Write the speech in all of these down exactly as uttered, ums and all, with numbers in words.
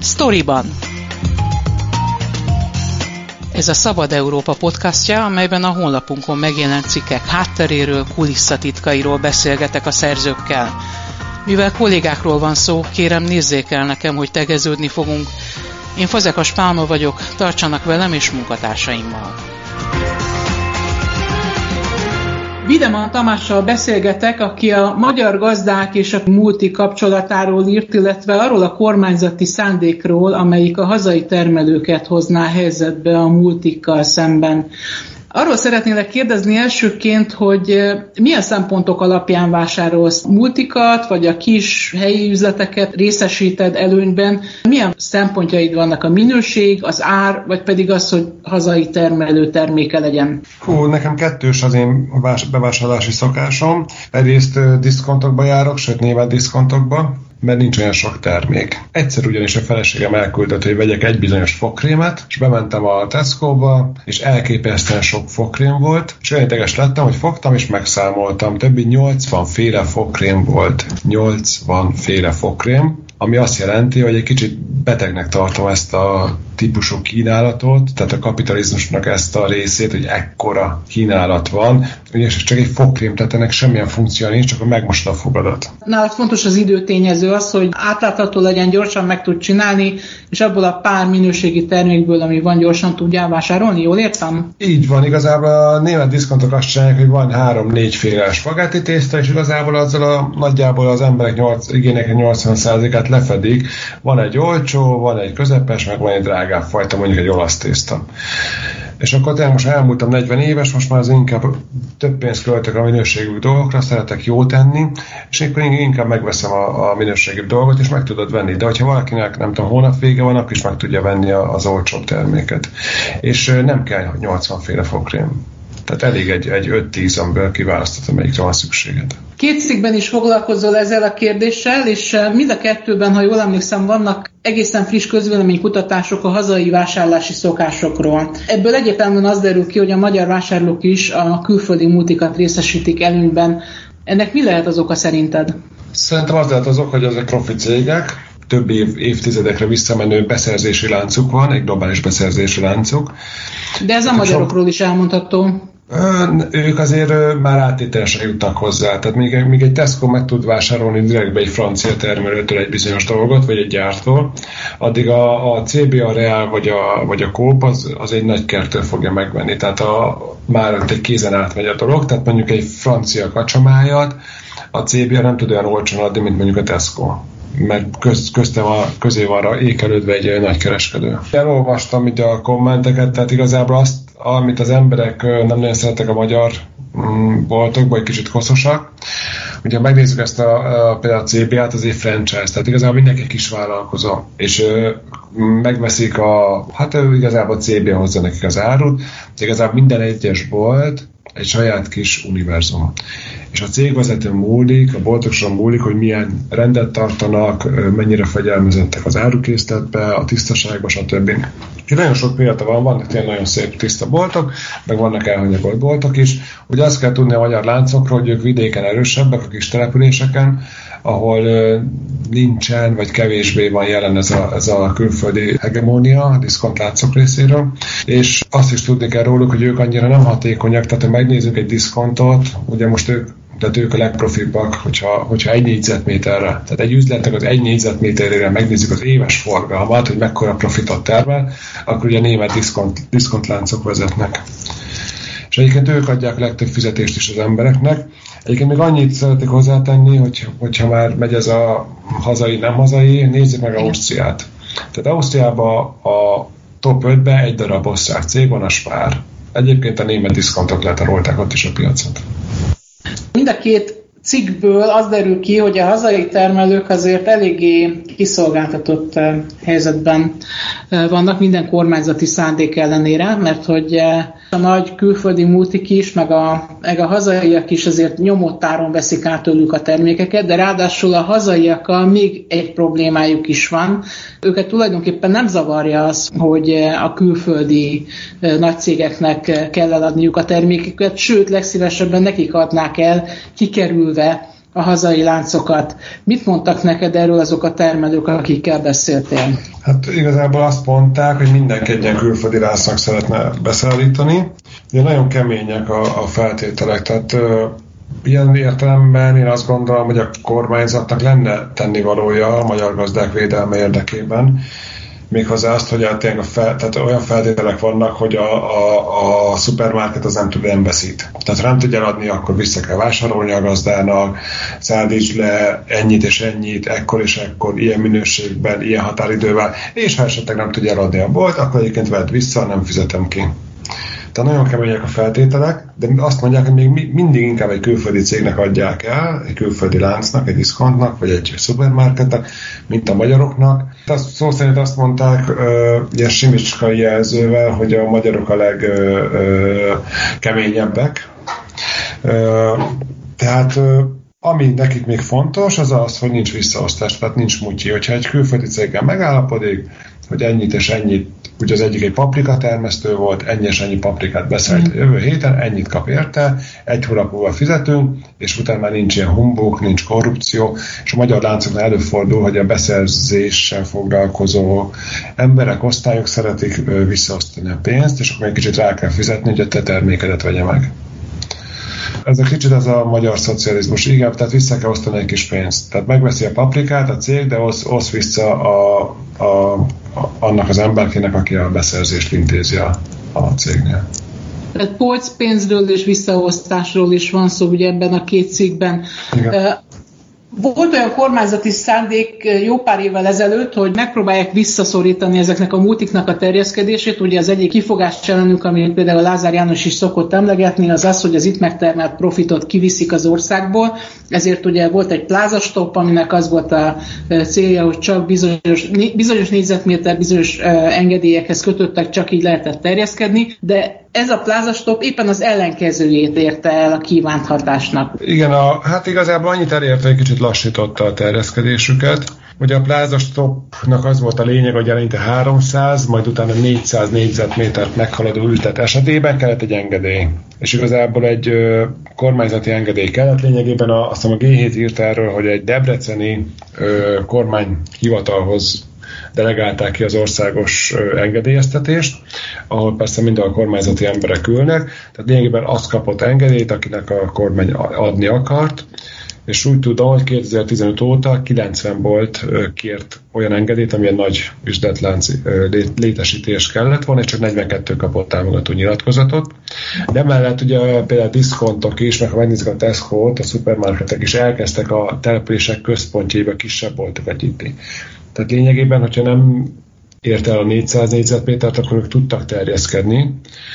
Sztoriban. Ez a Szabad Európa podcastja, amelyben a honlapunkon megjelent cikkek hátteréről, kulisszatitkairól beszélgetek a szerzőkkel. Mivel kollégákról van szó, kérem nézzék el nekem, hogy tegeződni fogunk. Én Fazekas Pálma vagyok, tartsanak velem és munkatársaimmal. Videman Tamással beszélgetek, aki a magyar gazdák és a multi kapcsolatáról írt, illetve arról a kormányzati szándékról, amelyik a hazai termelőket hozná helyzetbe a multikkal szemben. Arról szeretnélek kérdezni elsőként, hogy milyen szempontok alapján vásárolsz multikat, vagy a kis helyi üzleteket részesíted előnyben? Milyen szempontjaid vannak, a minőség, az ár, vagy pedig az, hogy hazai termelő terméke legyen? Hú, nekem kettős az én bevásárlási szokásom. Egyrészt diszkontokba járok, sőt német diszkontokba, mert nincs olyan sok termék. Egyszer ugyanis a feleségem elküldött, hogy vegyek egy bizonyos fogkrémet, és bementem a Tesco-ba, és elképesztően sok fogkrém volt, és olyan ideges lettem, hogy fogtam és megszámoltam. Több mint nyolcvan féle fogkrém volt. nyolcvan féle fogkrém, ami azt jelenti, hogy egy kicsit betegnek tartom ezt a típusú kínálatot, tehát a kapitalizmusnak ezt a részét, hogy ekkora kínálat van, ugyanis csak egy fogkrém, tehát ennek semmilyen funkció nincs, csak a megmosod a fogadat. Nálad fontos az időtényező az, hogy átlátható legyen, gyorsan meg tud csinálni, és abból a pár minőségi termékből, ami van, gyorsan tudjál vásárolni, jól értem? Így van, igazából a német diszkontok azt csinálják, hogy van három-négy féle spagetti tészta, és igazából azzal a nagyjából az emberek nyolc, igények nyolcvan százalékát lefedik. Van egy olcsó, van egy közepes, meg van egy drágább fajta, mondjuk egy olasz tészta. És akkor tényleg most elmúltam negyven éves, most már az inkább több pénzt költök a minőségű dolgokra, szeretek jó tenni, és akkor inkább megveszem a, a minőségű dolgot, és meg tudod venni. De hogyha valakinek, nem tudom, hónap vége van, akkor is meg tudja venni az olcsóbb terméket. És nem kell nyolcvan féle fogkrém. Tehát elég egy, egy öt-tíz, amiből kiválasztod, amelyikre van szükséged. Két cikkben is foglalkozol ezzel a kérdéssel, és mind a kettőben, ha jól emlékszem, vannak egészen friss közvéleménykutatások a hazai vásárlási szokásokról. Ebből egyértelműen az derül ki, hogy a magyar vásárlók is a külföldi multikat részesítik előnyben. Ennek mi lehet az oka szerinted? Szerintem az lehet az oka, hogy ezek profi cégek, több év, évtizedekre visszamenő beszerzési láncuk van, egy globális beszerzési láncuk. De ez a magyarokról is elmondható. Ők azért már áttételesen jutnak hozzá. Tehát még, még egy Tesco meg tud vásárolni direktbe egy francia termelőtől egy bizonyos dolgot, vagy egy gyártól, addig a, a cé bé, a Real vagy a, vagy a Coop az, az egy nagy kertől fogja megvenni. Tehát a, már egy kézen átmegy a dolog, tehát mondjuk egy francia kacsamájat a cé bé nem tud olyan olcsón adni, mint mondjuk a Tesco, mert köz, köztem a közé van ékelődve egy nagy kereskedő. Elolvastam itt a kommenteket, tehát igazából azt, amit az emberek nem nagyon szerettek a magyar boltokban, egy kicsit koszosak. Ugye megnézzük ezt a, a például a cé bé-t, az egy franchise, tehát igazából mindenki kis vállalkozó, és ö, megveszik a, hát ő igazából a cé bé hozza nekik az árut, de igazából minden egyes bolt egy saját kis univerzum. És a cégvezetőn múlik, a boltokson múlik, hogy milyen rendet tartanak, mennyire fegyelmezettek az árukészletbe, a tisztaságba, stb. És nagyon sok példa van, vannak tényleg nagyon szép tiszta boltok, meg vannak elhanyagolt boltok is. Ugye azt kell tudni a magyar láncokról, hogy ők vidéken erősebbek, a kis településeken, ahol nincsen, vagy kevésbé van jelen ez a, ez a külföldi hegemónia a diszkontláncok részéről. És azt is tudni kell róluk, hogy ők annyira nem hatékonyak, tehát ha megnézzük egy diszkontot, ugye most ők tehát ők a legprofibbak, hogyha, hogyha egy négyzetméterre, tehát egy üzletnek az egy négyzetméterére megnézzük az éves forgalmat, hogy mekkora profitot termel, akkor ugye német diszkont, diszkontláncok vezetnek. És egyébként ők adják a legtöbb fizetést is az embereknek. Egyébként még annyit szeretnék hozzátenni, hogy, hogyha már megy ez a hazai, nem hazai, nézzük meg Ausztriát. Tehát Ausztriában a top ötben egy darab osztrák cég van, a Spar. Egyébként a német diszkontok letarolták ott is a piacot. Mind a két cikkből az derül ki, hogy a hazai termelők azért eléggé kiszolgáltatott helyzetben vannak minden kormányzati szándék ellenére, mert hogy a nagy külföldi multik is, meg a, meg a hazaiak is azért nyomott áron veszik át tőlük a termékeket, de ráadásul a hazaiakkal még egy problémájuk is van. Őket tulajdonképpen nem zavarja az, hogy a külföldi nagycégeknek kell eladniuk a termékeket, sőt, legszívesebben nekik adnák el, kikerülve a hazai láncokat. Mit mondtak neked erről azok a termelők, akikkel beszéltél? Hát igazából azt mondták, hogy mindenki egy ilyen külföldi láncnak szeretne beszállítani, de nagyon kemények a, a feltételek, tehát ö, ilyen értelemben én azt gondolom, hogy a kormányzatnak lenne tennivalója a magyar gazdák védelme érdekében, méghozzá azt, hogy a, a fel, tehát olyan feltételek vannak, hogy a, a, a szupermarket az nem tud embeszít. Tehát ha nem tudja eladni, akkor vissza kell vásárolni a gazdának, szállíts le ennyit és ennyit, ekkor és ekkor, ilyen minőségben, ilyen határidővel, és ha esetleg nem tudja eladni a bolt, akkor egyébként vedd vissza, nem fizetem ki. Tehát nagyon kemények a feltételek, de azt mondják, hogy még mindig inkább egy külföldi cégnek adják el, egy külföldi láncnak, egy diszkontnak, vagy egy szupermarketnek, mint a magyaroknak. Tehát szó szerint azt mondták, ilyen simicskai jelzővel, hogy a magyarok a legkeményebbek. Tehát ami nekik még fontos, az az, hogy nincs visszaosztás, tehát nincs mutyi. Hogyha egy külföldi céggel megállapodik, hogy ennyit és ennyit, ugye az egyik egy paprika termesztő volt, ennyi és ennyi paprikát beszállt mm. jövő héten, ennyit kap érte, egy hónap múlva fizetünk, és utána már nincs ilyen humbug, nincs korrupció, és a magyar láncoknál előfordul, hogy a beszerzéssel foglalkozó emberek, osztályok szeretik visszaosztani a pénzt, és akkor egy kicsit rá kell fizetni, hogy a te termékedet vegye meg. Ez a kicsit az a magyar szocializmus, igen, tehát vissza kell osztani egy kis pénzt. Tehát megveszi a paprikát a cég, de osz, osz vissza a, a, a, annak az emberkének, aki a beszerzést intézi a, a cégnél. Tehát polcpénzről és visszaosztásról is van szó ugye ebben a két cikkben. Igen. Volt olyan kormányzati szándék jó pár évvel ezelőtt, hogy megpróbálják visszaszorítani ezeknek a multiknak a terjeszkedését. Ugye az egyik kifogás ellenük, amit például Lázár János is szokott emlegetni, az az, hogy az itt megtermelt profitot kiviszik az országból. Ezért ugye volt egy plázastop, aminek az volt a célja, hogy csak bizonyos, bizonyos négyzetméter, bizonyos engedélyekhez kötöttek, csak így lehetett terjeszkedni, de ez a plázastop éppen az ellenkezőjét érte el a kívánt hatásnak. Igen, a, hát igazából annyit elért, hogy kicsit lassította a terjeszkedésüket. Ugye a plázastopnak az volt a lényeg, hogy eleinte háromszáz, majd utána négyszáz négyzetmétert meghaladó ültet esetében kellett egy engedély. És igazából egy ö, kormányzati engedély kellett. Lényegében a, azt hiszem a gé hét írt erről, hogy egy debreceni ö, kormányhivatalhoz delegálták ki az országos engedélyeztetést, ahol persze mind a kormányzati emberek ülnek, tehát lényegében azt kapott engedélyt, akinek a kormány adni akart, és úgy tudom, hogy kétezer-tizenöt óta kilencven bolt kért olyan engedélyt, amilyen nagy üzletlánc létesítés kellett volna, és csak negyvenkettő kapott támogató nyilatkozatot. De mellett ugye például a diszkontok is, meg ha megnézzük a Tesco-t, a szupermarketek is elkezdtek a települések központjaiba kisebb boltokat nyitni. Tehát lényegében, hogyha nem ért el a négyszáz négyzetmétert, akkor ők tudtak terjeszkedni.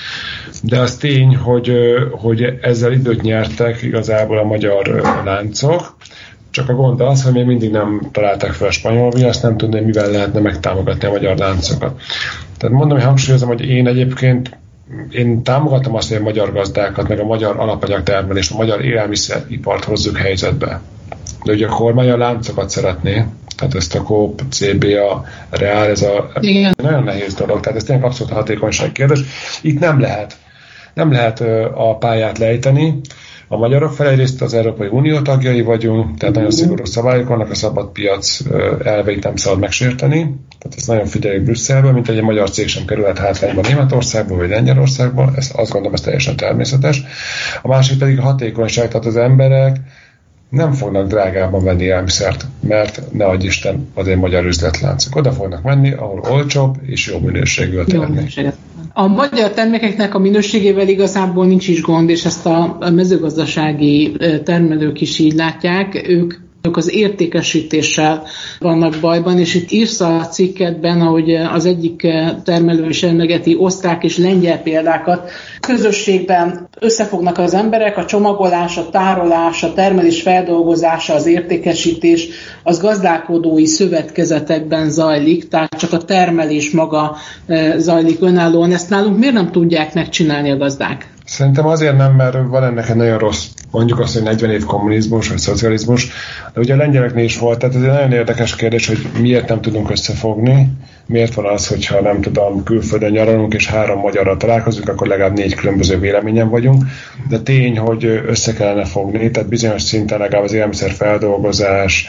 De az tény, hogy, hogy ezzel időt nyertek igazából a magyar láncok, csak a gond az, hogy még mindig nem találták fel a spanyol viaszt, nem tudni, mivel lehetne megtámogatni a magyar láncokat. Tehát mondom, hogy hangsúlyozom, hogy én egyébként én támogatom azt, hogy a magyar gazdákat, meg a magyar alapanyagtermelést, a magyar élelmiszeripart hozzuk helyzetbe. De ugye a kormány a láncokat szeretné, tehát ezt a Coop, cé bé á, Real, ez a igen. Nagyon nehéz dolog, tehát ez tényleg abszolút hatékonyság kérdés. Itt nem lehet. Nem lehet a pályát lejteni. A magyarok felé részt az Európai Unió tagjai vagyunk, tehát nagyon szigorú szabályok vannak, a szabad piac elveit nem szabad megsérteni. Tehát ezt nagyon figyeljük Brüsszelből, mint egy a magyar cég sem kerülhet hátrányba Németországból vagy Lengyelországból, ezt azt gondolom, ez teljesen természetes. A másik pedig a hatékonyság, tehát az emberek nem fognak drágában venni élelmiszert, mert ne adj Isten az egy magyar üzletláncok. Oda fognak menni, ahol olcsóbb és jó minőségű a termék. A magyar termékeknek a minőségével igazából nincs is gond, és ezt a mezőgazdasági termelők is így látják. Ők Ők az értékesítéssel vannak bajban, és itt írsz a cikketben, ahogy az egyik termelő is emlegeti osztrák és lengyel példákat. Közösségben összefognak az emberek, a csomagolás, a tárolás, a termelés feldolgozása, az értékesítés, az gazdálkodói szövetkezetekben zajlik, tehát csak a termelés maga zajlik önállóan. Ezt nálunk miért nem tudják megcsinálni a gazdák? Szerintem azért nem, mert van ennek egy nagyon rossz, mondjuk azt, hogy negyven év kommunizmus vagy szocializmus, de ugye a lengyeleknél is volt, tehát ez egy nagyon érdekes kérdés, hogy miért nem tudunk összefogni, miért van az, hogyha nem tudom, külföldön nyaralunk és három magyarral találkozunk, akkor legalább négy különböző véleményen vagyunk, de tény, hogy össze kellene fogni, tehát bizonyos szinten legalább az élelmiszerfeldolgozás,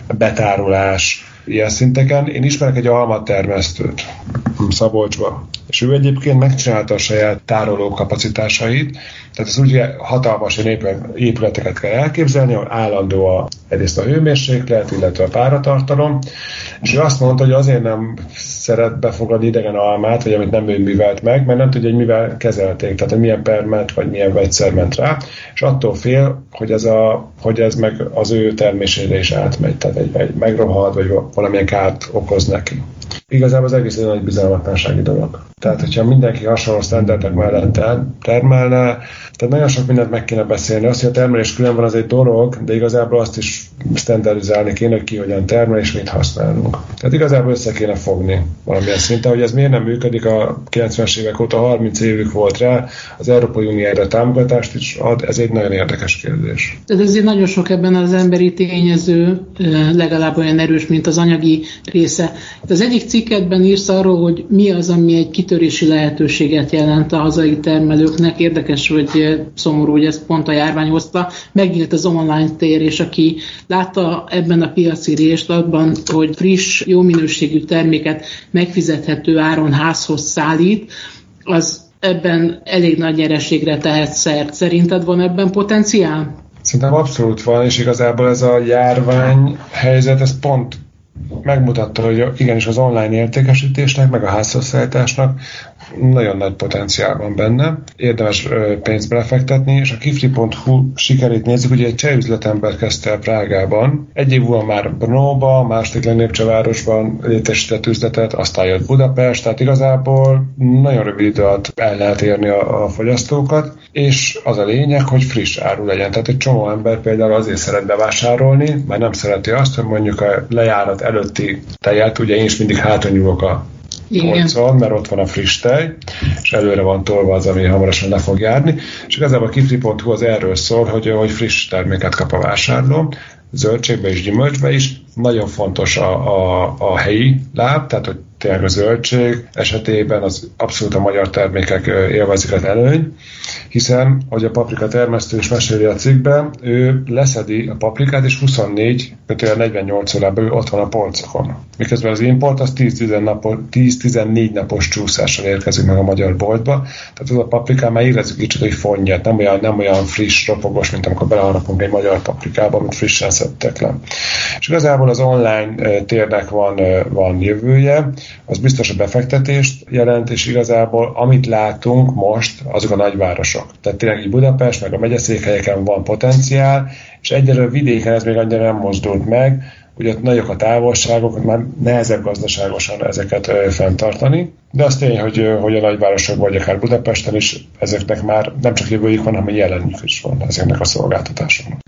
betárolás, ilyen szinteken. Én ismerek egy almatermesztőt Szabolcsba, és ő egyébként megcsinálta a saját tároló kapacitásait, tehát ez úgy hatalmas épületeket kell elképzelni, ahol állandó a, egyrészt a hőmérséklet, illetve a páratartalom, és ő azt mondta, hogy azért nem szeret befogadni idegen almát, vagy amit nem ő művelt meg, mert nem tudja, hogy mivel kezelték, tehát hogy milyen permet, vagy milyen vegyszer ment rá, és attól fél, hogy ez, a, hogy ez meg az ő termésére is átmegy, tehát egy, egy megrohad, vagy valamilyen kárt okoz neki. Igazából az egész egy nagy bizalmatlansági dolog. Tehát, hogyha mindenki hasonló sztenderdek mellett termelne, tehát nagyon sok mindent meg kéne beszélni. Azt, hogy a termelés külön van, az egy dolog, de igazából azt is standardizálni kéne, hogy ki hogyan termel és mit használunk. Tehát igazából össze kéne fogni valamilyen szinten, hogy ez miért nem működik, a kilencvenes évek óta harminc évük volt rá, az Európai Unió erre támogatást is ad, ez egy nagyon érdekes kérdés. Tehát ezért nagyon sok ebben az emberi tényező, legalább olyan erős, mint az anyagi része. Az egyik cikketben írsz arról, hogy mi az, ami egy kitörési lehetőséget jelent a hazai termelőknek. Érdekes, hogy szomorú, hogy ezt pont a járvány hozta. Megnyílt az online tér, és aki látta ebben a piaci részt, abban, hogy friss, jó minőségű terméket megfizethető áron házhoz szállít, az ebben elég nagy nyereségre tehet szert. Szerinted van ebben potenciál? Szerintem abszolút van, és igazából ez a járvány helyzet, ez pont megmutatta, hogy igenis az online értékesítésnek, meg a házhozszállításnak nagyon nagy potenciál van benne. Érdemes pénzt belefektetni, és a kifli pont hu sikerét nézzük, ugye egy cseh üzletember kezdte el Prágában. Egy év múlva már Brnóba, második legnagyobb csehvárosban létesített üzletet, aztán jött Budapest, tehát igazából nagyon rövid idő alatt el lehet érni a, a fogyasztókat, és az a lényeg, hogy friss áru legyen. Tehát egy csomó ember például azért szeret bevásárolni, mert nem szereti azt, hogy mondjuk a lejárat előtti tejet, ugye én is mindig hátra nyúlok a polcon, mert ott van a friss tej, és előre van tolva az, ami hamarosan le fog járni. És igazából a kifli pont hu az erről szól, hogy, hogy friss terméket kap a vásárló, zöldségbe és gyümölcsbe is. Nagyon fontos a, a, a helyi láb, tehát hogy tényleg a zöldség esetében az abszolút a magyar termékek élvezik az előny, hiszen, hogy a paprika termesztő is meséli a cikkben, ő leszedi a paprikát, és huszonnégy, negyvennyolc órán belül ott van a polcokon. Miközben az import az tíz-tizennégy napos csúszással érkezik meg a magyar boltba, tehát az a paprikán már érezzük kicsit, hogy fonnyet, nem olyan, nem olyan friss, ropogos, mint amikor beleharapunk egy magyar paprikába, amit frissen szedtek le. És igazából az online térnek van, van jövője, az biztos a befektetést jelent, és igazából amit látunk most, azok a nagyvárosok. Tehát tényleg így Budapest, meg a megyeszékhelyeken van potenciál, és egyelőre vidéken ez még annyira nem mozdult meg, ugye ott nagyok a távolságok, már nehezebb gazdaságosan ezeket fenntartani, de az tény, hogy, hogy a nagyvárosokban, vagy akár Budapesten is ezeknek már nem csak jövőjük van, hanem jelenjük is van ezeknek a szolgáltatásoknak.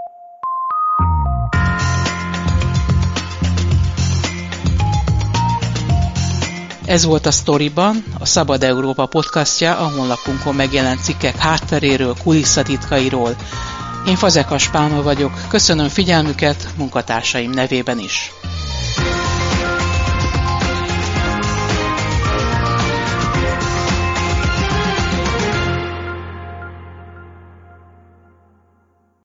Ez volt a Sztoriban, a Szabad Európa podcastja, a honlapunkon megjelent cikkek hátteréről, kulisszatitkairól. Én Fazekas Pálma vagyok, köszönöm figyelmüket munkatársaim nevében is.